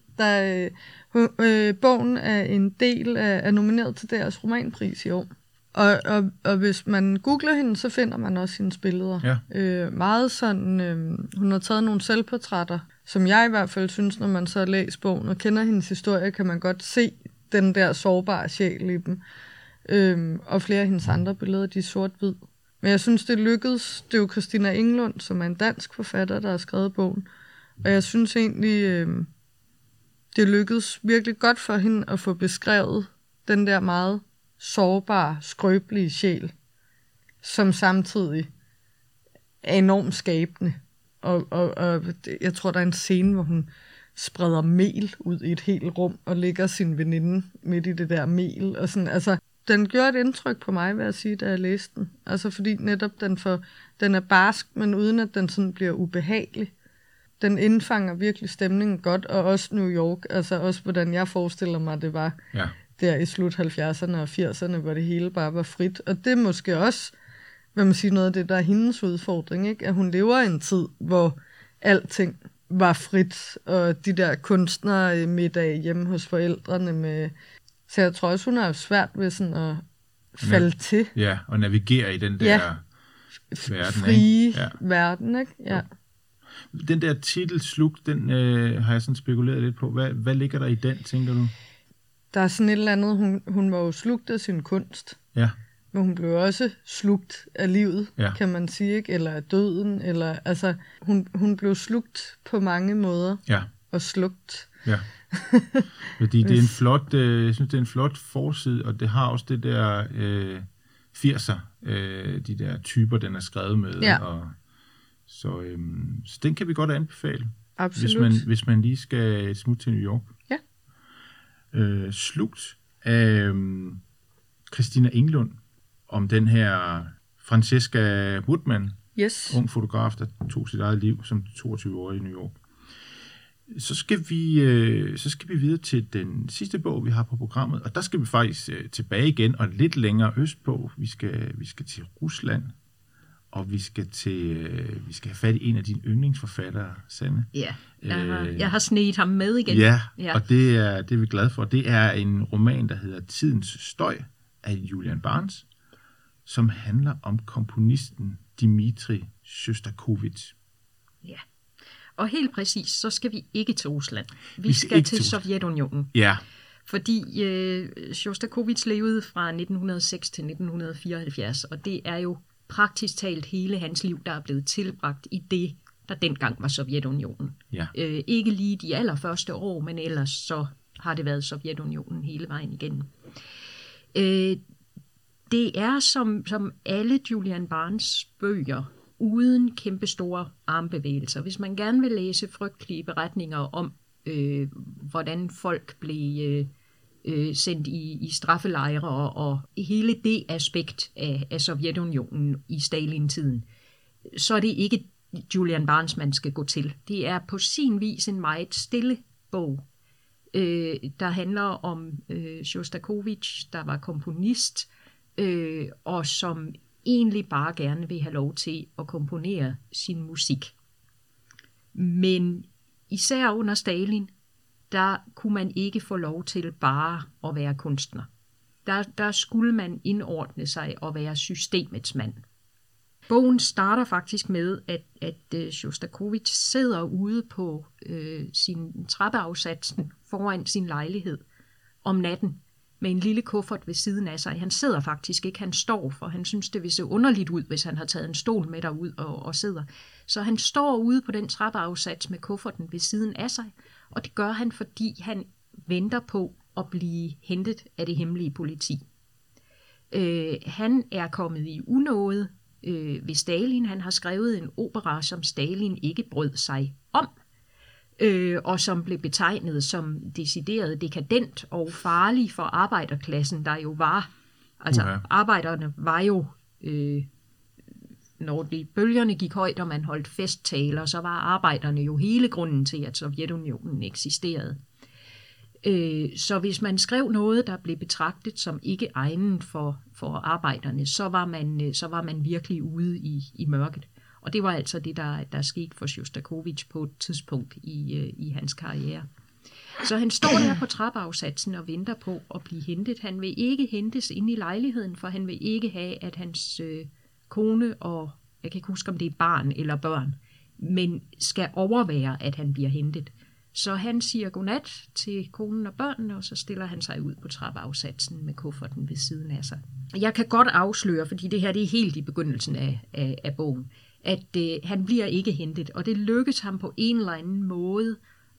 Bogen er en del af nomineret til deres romanpris i år. Og hvis man googler hende, så finder man også hendes billeder. Ja. Meget sådan, hun har taget nogle selvportrætter, som jeg i hvert fald synes, når man så læser bogen og kender hendes historie, kan man godt se den der sårbare sjæl i dem. Og flere af hendes andre billeder, de er sort-hvid. Men jeg synes, det lykkedes. Det er jo Christina Englund, som er en dansk forfatter, der har skrevet bogen. Og jeg synes egentlig, det lykkedes virkelig godt for hende at få beskrevet den der meget sårbare, skrøbelige sjæl, som samtidig er enormt skabende. Og jeg tror, der er en scene, hvor hun spreder mel ud i et helt rum, og lægger sin veninde midt i det der mel. Og sådan, altså, den gjorde et indtryk på mig, vil jeg sige, da jeg læste den. Altså fordi netop den er barsk, men uden at den sådan bliver ubehagelig. Den indfanger virkelig stemningen godt, og også New York, altså også hvordan jeg forestiller mig, det var der i slut 70'erne og 80'erne, hvor det hele bare var frit. Og det er måske også, hvad man siger, noget af det, der er hendes udfordring, ikke? At hun lever i en tid, hvor alting var frit, og de der kunstnere middag hjemme hos forældrene med. Så jeg tror også, hun har svært ved sådan at falde til. Ja, og navigere i den der verden. Frie verden, ikke? Ja. Den der titel, Slugt, den har jeg sådan spekuleret lidt på. Hvad ligger der i den, tænker du? Der er sådan et eller andet, hun var jo slugt af sin kunst. Ja. Men hun blev også slugt af livet, kan man sige, ikke? Eller af døden. Eller, altså, hun blev slugt på mange måder. Ja. Og slugt. Ja. Fordi det er en flot, jeg synes, det er en flot forside, og det har også det der 80'er, de der typer, den er skrevet med. Ja. Så den kan vi godt anbefale. Absolut. Hvis man lige skal smutte til New York. Ja. Slugt af Christina Englund om den her Francesca Woodman, ung fotograf, der tog sit eget liv som 22-årig i New York. Så skal vi videre til den sidste bog, vi har på programmet, og der skal vi faktisk tilbage igen og lidt længere østpå. Vi skal til Rusland, og vi skal have fat i en af dine yndlingsforfattere, Sanne. Ja, jeg har sneget ham med igen. Ja, og det er vi glade for. Det er en roman, der hedder Tidens Støj af Julian Barnes, som handler om komponisten Dmitri Sjostakovitj. Ja, og helt præcis, så skal vi ikke til Rusland. Vi skal til Sovjetunionen. Ja. Fordi Sjostakovitj levede fra 1906 til 1974, og det er jo praktisk talt hele hans liv, der er blevet tilbragt i det, der dengang var Sovjetunionen. Ja. Ikke lige de allerførste år, men ellers så har det været Sovjetunionen hele vejen igennem. Det er som alle Julian Barnes bøger, uden kæmpestore armbevægelser. Hvis man gerne vil læse frygtelige beretninger om, hvordan folk blev sendt i straffelejre og hele det aspekt af Sovjetunionen i Stalin-tiden, så er det ikke Julian Barnes, man skal gå til. Det er på sin vis en meget stille bog, der handler om Sjostakovitj, der var komponist, og som egentlig bare gerne vil have lov til at komponere sin musik. Men især under Stalin, der kunne man ikke få lov til bare at være kunstner. Der skulle man indordne sig og være systemets mand. Bogen starter faktisk med, at Sjostakovitj sidder ude på sin trappeafsatsen foran sin lejlighed om natten med en lille kuffert ved siden af sig. Han sidder faktisk ikke, han står, for han synes, det vil se underligt ud, hvis han har taget en stol med derud og sidder. Så han står ude på den trappeafsats med kufferten ved siden af sig, og det gør han, fordi han venter på at blive hentet af det hemmelige politi. Han er kommet i unåde ved Stalin. Han har skrevet en opera, som Stalin ikke brød sig om, og som blev betegnet som decideret dekadent og farlig for arbejderklassen, der jo var. Altså, arbejderne var jo, når bølgerne gik højt, og man holdt festtaler, så var arbejderne jo hele grunden til, at Sovjetunionen eksisterede. Så hvis man skrev noget, der blev betragtet som ikke egnet for arbejderne, så var man virkelig ude i mørket. Og det var altså det, der skete for Sjostakovitj på et tidspunkt i hans karriere. Så han står der på trappeafsatsen og venter på at blive hentet. Han vil ikke hentes ind i lejligheden, for han vil ikke have, at hans kone og, jeg kan ikke huske, om det er barn eller børn, men skal overvære, at han bliver hentet. Så han siger godnat til konen og børnene, og så stiller han sig ud på trappeafsatsen med kufferten ved siden af sig. Jeg kan godt afsløre, fordi det her det er helt i begyndelsen af bogen, at han bliver ikke hentet, og det lykkes ham på en eller anden måde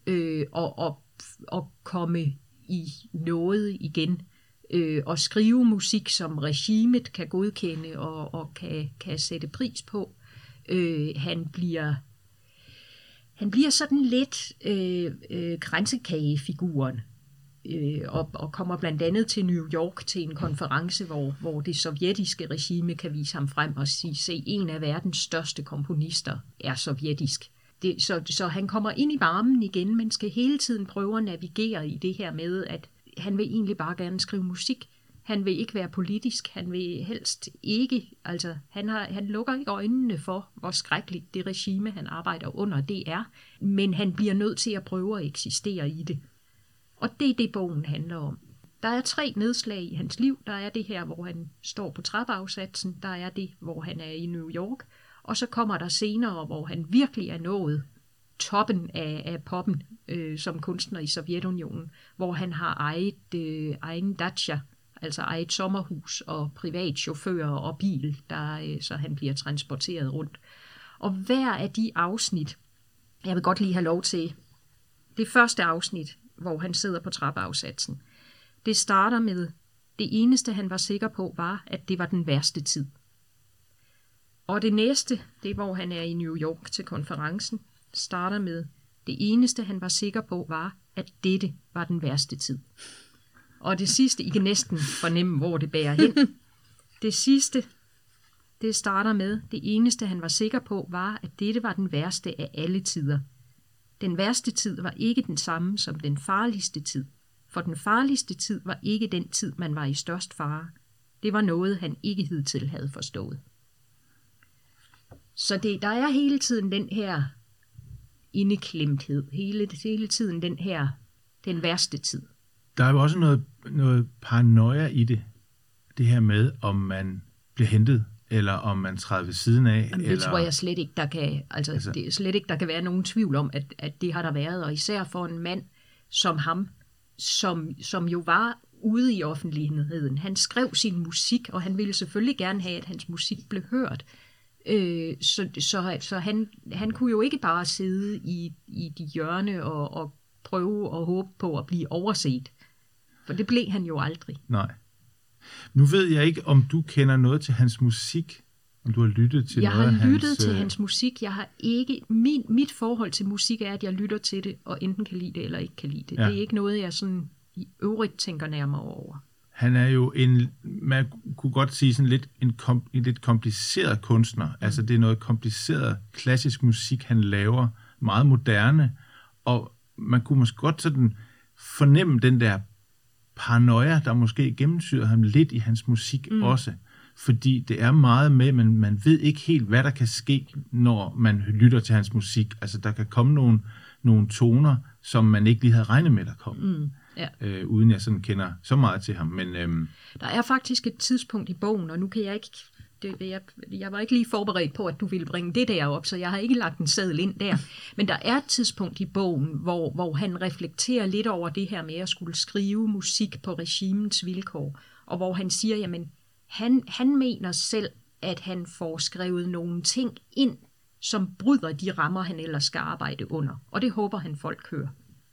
at komme i noget igen, og skrive musik, som regimet kan godkende og kan sætte pris på. Han bliver sådan lidt kransekagefiguren, og kommer blandt andet til New York til en konference, hvor det sovjetiske regime kan vise ham frem og sige, se, en af verdens største komponister er sovjetisk. Så han kommer ind i varmen igen, men skal hele tiden prøve at navigere i det her med, at han vil egentlig bare gerne skrive musik. Han vil ikke være politisk, han vil helst ikke, altså han lukker ikke øjnene for, hvor skrækkeligt det regime, han arbejder under, det er, men han bliver nødt til at prøve at eksistere i det. Og det er det, bogen handler om. Der er 3 nedslag i hans liv. Der er det her, hvor han står på trappeafsatsen, der er det, hvor han er i New York, og så kommer der senere, hvor han virkelig er nået toppen af poppen som kunstner i Sovjetunionen, hvor han har egen dacha, altså eget sommerhus og privat chauffør og bil, så han bliver transporteret rundt. Og hver af de afsnit, jeg vil godt lige have lov til, det første afsnit, hvor han sidder på trappeafsatsen, det starter med, det eneste han var sikker på var, at det var den værste tid. Og det næste, det hvor han er i New York til konferencen, starter med, det eneste han var sikker på var, at dette var den værste tid. Og det sidste, I kan næsten fornemme, hvor det bærer hen. Det sidste, det starter med, det eneste han var sikker på var, at dette var den værste af alle tider. Den værste tid var ikke den samme som den farligste tid, for den farligste tid var ikke den tid, man var i størst fare. Det var noget, han ikke hidtil havde forstået. Så der er hele tiden den her indeklemthed, hele tiden den værste tid. Der er jo også noget paranoia i det her med, om man bliver hentet, eller om man træder ved siden af. Jamen, det tror jeg slet ikke, det er slet ikke, der kan være nogen tvivl om, at det har der været, og især for en mand som ham, som jo var ude i offentligheden. Han skrev sin musik, og han ville selvfølgelig gerne have, at hans musik blev hørt. Så han kunne jo ikke bare sidde i de hjørne og prøve at håbe på at blive overset. For det blev han jo aldrig. Nej. Nu ved jeg ikke, om du kender noget til hans musik, om du har lyttet til noget af hans... Jeg har lyttet til hans musik. Jeg har ikke... Mit forhold til musik er, at jeg lytter til det, og enten kan lide det, eller ikke kan lide det. Ja. Det er ikke noget, jeg sådan i øvrigt tænker nærmere over. Han er jo man kunne godt sige sådan en lidt kompliceret kunstner. Altså det er noget kompliceret klassisk musik, han laver, meget moderne, og man kunne måske godt sådan fornemme den der paranoia, der måske gennemsyrer ham lidt i hans musik også. Fordi det er meget med, men man ved ikke helt, hvad der kan ske, når man lytter til hans musik. Altså der kan komme nogle toner, som man ikke lige havde regnet med, der kom. Ja. Uden jeg sådan kender så meget til ham. Men, der er faktisk et tidspunkt i bogen, og nu kan jeg ikke... Jeg var ikke lige forberedt på, at du ville bringe det der op, så jeg har ikke lagt en seddel ind der. Men der er et tidspunkt i bogen, hvor han reflekterer lidt over det her med at skulle skrive musik på regimens vilkår, og hvor han siger, jamen, han mener selv, at han får skrevet nogle ting ind, som bryder de rammer, han ellers skal arbejde under. Og det håber han folk hører.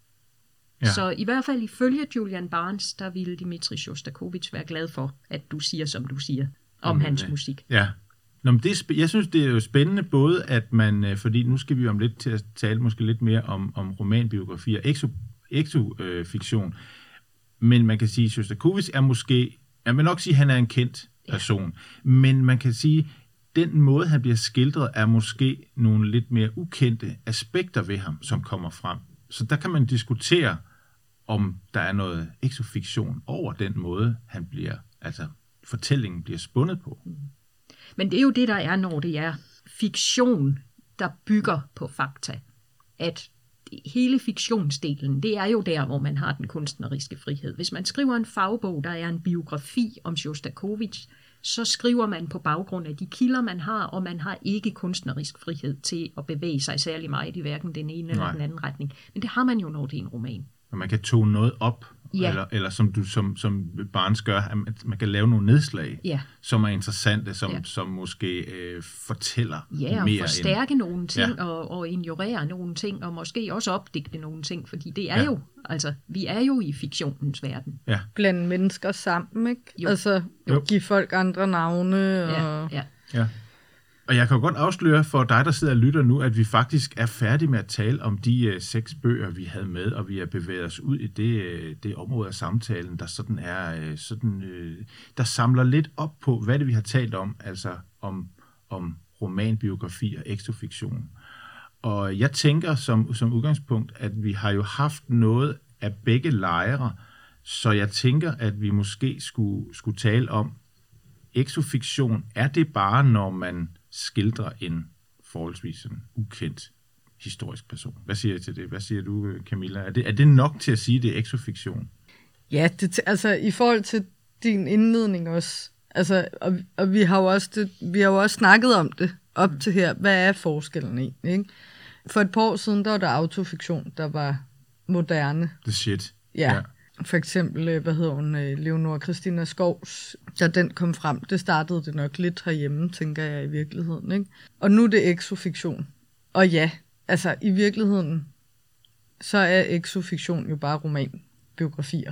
Ja. Så i hvert fald ifølge Julian Barnes, der ville Dmitri Sjostakovitj være glad for, at du siger, som du siger, om hans musik. Ja. Nå, men jeg synes, det er jo spændende både, at man, fordi nu skal vi jo om lidt til at tale måske lidt mere om romanbiografi og exofiktion, men man kan sige, at Sjostakovitj er måske, jeg vil nok sige, at han er en kendt person, men man kan sige, den måde, han bliver skildret, er måske nogle lidt mere ukendte aspekter ved ham, som kommer frem. Så der kan man diskutere, om der er noget exofiktion over den måde, han bliver, altså fortællingen bliver spundet på. Men det er jo det, der er, når det er fiktion, der bygger på fakta. At hele fiktionsdelen, det er jo der, hvor man har den kunstneriske frihed. Hvis man skriver en fagbog, der er en biografi om Sjostakovitj, så skriver man på baggrund af de kilder, man har, og man har ikke kunstnerisk frihed til at bevæge sig særlig meget i hverken den ene eller den anden retning. Men det har man jo, når det er en roman. Og man kan tone noget op, eller som Barnes gør, at man kan lave nogle nedslag, som er interessante, som måske fortæller mere. Ja, og forstærke nogle ting, og ignorere nogle ting, og måske også opdigte nogle ting, fordi det er jo, altså, vi er jo i fiktionens verden. Ja. Blande mennesker sammen, ikke? Jo. Altså, give folk andre navne. Og... Ja. Og jeg kan jo godt afsløre for dig, der sidder og lytter nu, at vi faktisk er færdige med at tale om de 6 bøger, vi havde med, og vi har bevæget os ud i det område af samtalen, der sådan er, der samler lidt op på, hvad det vi har talt om, altså om romanbiografi og exofiktion. Og jeg tænker som udgangspunkt, at vi har jo haft noget af begge lejre, så jeg tænker, at vi måske skulle tale om exofiktion. Er det bare, når man skildrer en forholdsvis sådan ukendt historisk person? Hvad siger jeg til det? Hvad siger du, Camilla? Er det nok til at sige, det er exofiktion? Ja, altså i forhold til din indledning også. Altså, og vi har jo også snakket om det op til her. Hvad er forskellen egentlig? Ikke? For et par år siden, der var der autofiktion, der var moderne. The shit. Ja. For eksempel, Leonora Christina Skovs, da den kom frem, det startede det nok lidt herhjemme, tænker jeg i virkeligheden. Ikke? Og nu er det exofiktion. Og ja, altså i virkeligheden, så er exofiktion jo bare romanbiografier.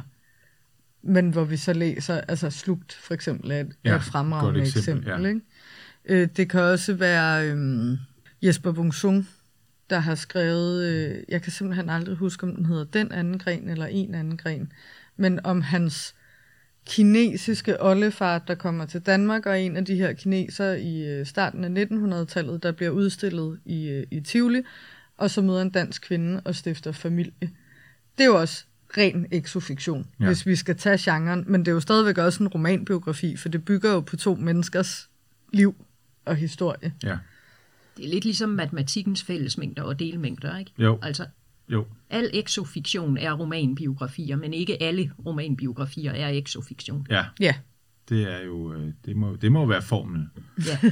Men hvor vi så læser, altså Slugt for eksempel er et fremragende eksempel. Ja. Ikke? Det kan også være Jesper Wung-Sung, der har skrevet, jeg kan simpelthen aldrig huske, om den hedder Den anden gren eller En anden gren, men om hans kinesiske oldefar, der kommer til Danmark, og en af de her kinesere i starten af 1900-tallet, der bliver udstillet i Tivoli, og så møder en dansk kvinde og stifter familie. Det er jo også ren exofiktion, hvis vi skal tage genren, men det er jo stadigvæk også en romanbiografi, for det bygger jo på 2 menneskers liv og historie. Ja. Det er lidt ligesom matematikkens fællesmængder og delmængder, ikke? Jo. Altså, Jo. al exofiktion er romanbiografier, men ikke alle romanbiografier er exofiktion. Ja. Ja. Det er jo, det må jo være formlen Ja.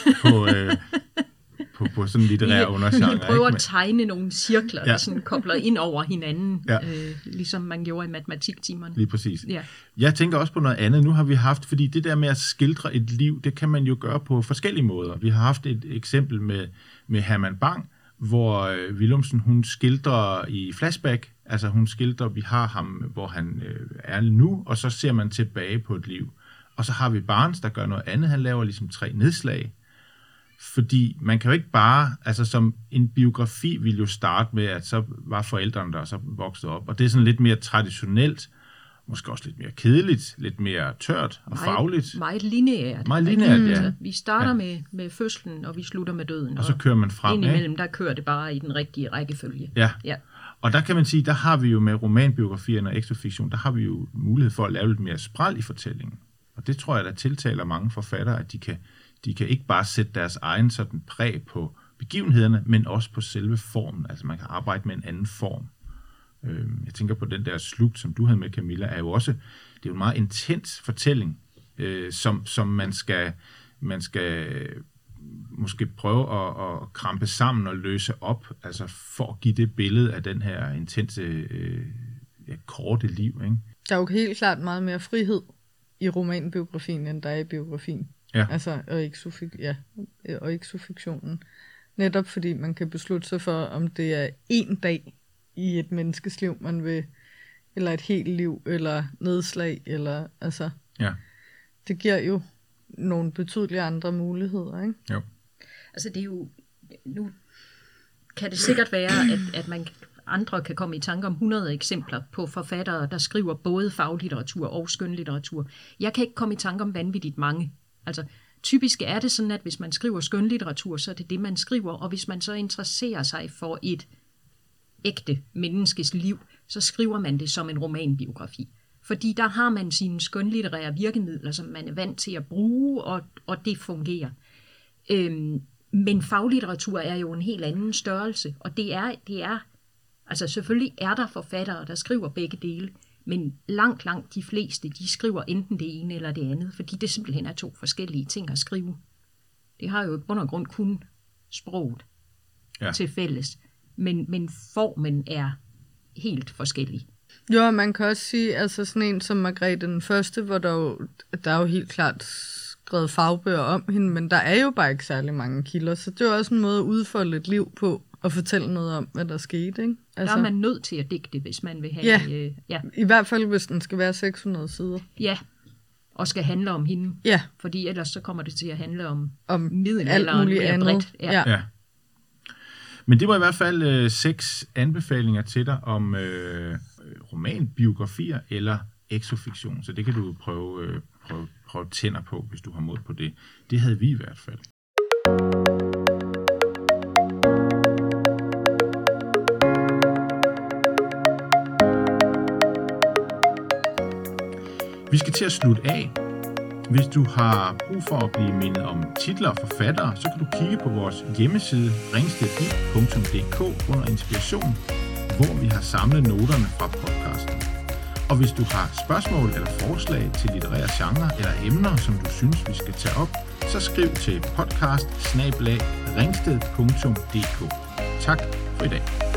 på sådan en litterær undergenre. Vi prøver ikke? at tegne nogle cirkler, der sådan kobler ind over hinanden, Ja. ligesom man gjorde i matematiktimerne. Lige præcis. Ja. Jeg tænker også på noget andet. Nu har vi haft, fordi det der med at skildre et liv, det kan man jo gøre på forskellige måder. Vi har haft et eksempel med Herman Bang, hvor Willumsen, hun skildrer i flashback, altså hun skildrer, vi har ham, hvor han er nu, og så ser man tilbage på et liv. Og så har vi Barnes, der gør noget andet. Han laver ligesom 3 nedslag. Fordi man kan jo ikke bare, altså som en biografi vil jo starte med, at så var forældrene der, og så voksede op. Og det er sådan lidt mere traditionelt, måske også lidt mere kedeligt, lidt mere tørt og fagligt. Meget lineært. Meget lineært, ja. Altså, vi starter med fødslen, og vi slutter med døden. Og så kører man frem. Indimellem, der kører det bare i den rigtige rækkefølge. Ja. Ja. Og der kan man sige, der har vi jo med romanbiografierne og exofiktion, der har vi jo mulighed for at lave lidt mere spræl i fortællingen. Og det tror jeg, der tiltaler mange forfattere, at de kan ikke bare sætte deres egen sådan præg på begivenhederne, men også på selve formen. Altså man kan arbejde med en anden form. Jeg tænker på den der slugt, som du havde med, Camilla, er jo også, det er jo en meget intens fortælling, som man skal måske prøve at krampe sammen og løse op, altså for at give det billede af den her intense, korte liv, ikke? Der er jo helt klart meget mere frihed i romanbiografien, end der er i biografien. Ja. Altså, og exofiktionen. Netop fordi man kan beslutte sig for, om det er en dag i et menneskes liv, man vil, eller et helt liv, eller nedslag, eller altså. Ja. Det giver jo nogle betydelige andre muligheder, ikke? Jo. Altså det er jo, nu kan det sikkert være, at man andre kan komme i tanke om 100 eksempler på forfattere, der skriver både faglitteratur og skønlitteratur. Jeg kan ikke komme i tanke om vanvittigt mange. Altså, typisk er det sådan, at hvis man skriver skønlitteratur, så er det det, man skriver, og hvis man så interesserer sig for et ægte menneskes liv, så skriver man det som en romanbiografi. Fordi der har man sine skønlitterære virkemidler, som man er vant til at bruge, og det fungerer. Men faglitteratur er jo en helt anden størrelse, og det er altså selvfølgelig er der forfattere, der skriver begge dele, men langt de fleste, de skriver enten det ene eller det andet, fordi det simpelthen er 2 forskellige ting at skrive. Det har jo i bund og grund kun sproget til fælles, men formen er helt forskellig. Jo, man kan også sige, altså sådan en som Margrethe den Første, hvor der er jo helt klart skrevet fagbøger om hende, men der er jo bare ikke særlig mange kilder, så det er også en måde at udfolde et liv på, og fortælle noget om, hvad der skete, ikke? Altså, der er man nødt til at digte, hvis man vil have... Ja, i hvert fald, hvis den skal være 600 sider. Ja, og skal handle om hende. Ja. Fordi ellers så kommer det til at handle om middelalderen mere bredt. Ja. Men det var i hvert fald 6 anbefalinger til dig om romanbiografier eller exofiktion, så det kan du prøve tænder på, hvis du har mod på det. Det havde vi i hvert fald. Vi skal til at slutte af. Hvis du har brug for at blive mindet om titler og forfattere, så kan du kigge på vores hjemmeside ringstedliv.dk under inspiration, hvor vi har samlet noterne fra podcasten. Og hvis du har spørgsmål eller forslag til litterære genre eller emner, som du synes, vi skal tage op, så skriv til podcast@ringsted.dk. Tak for i dag.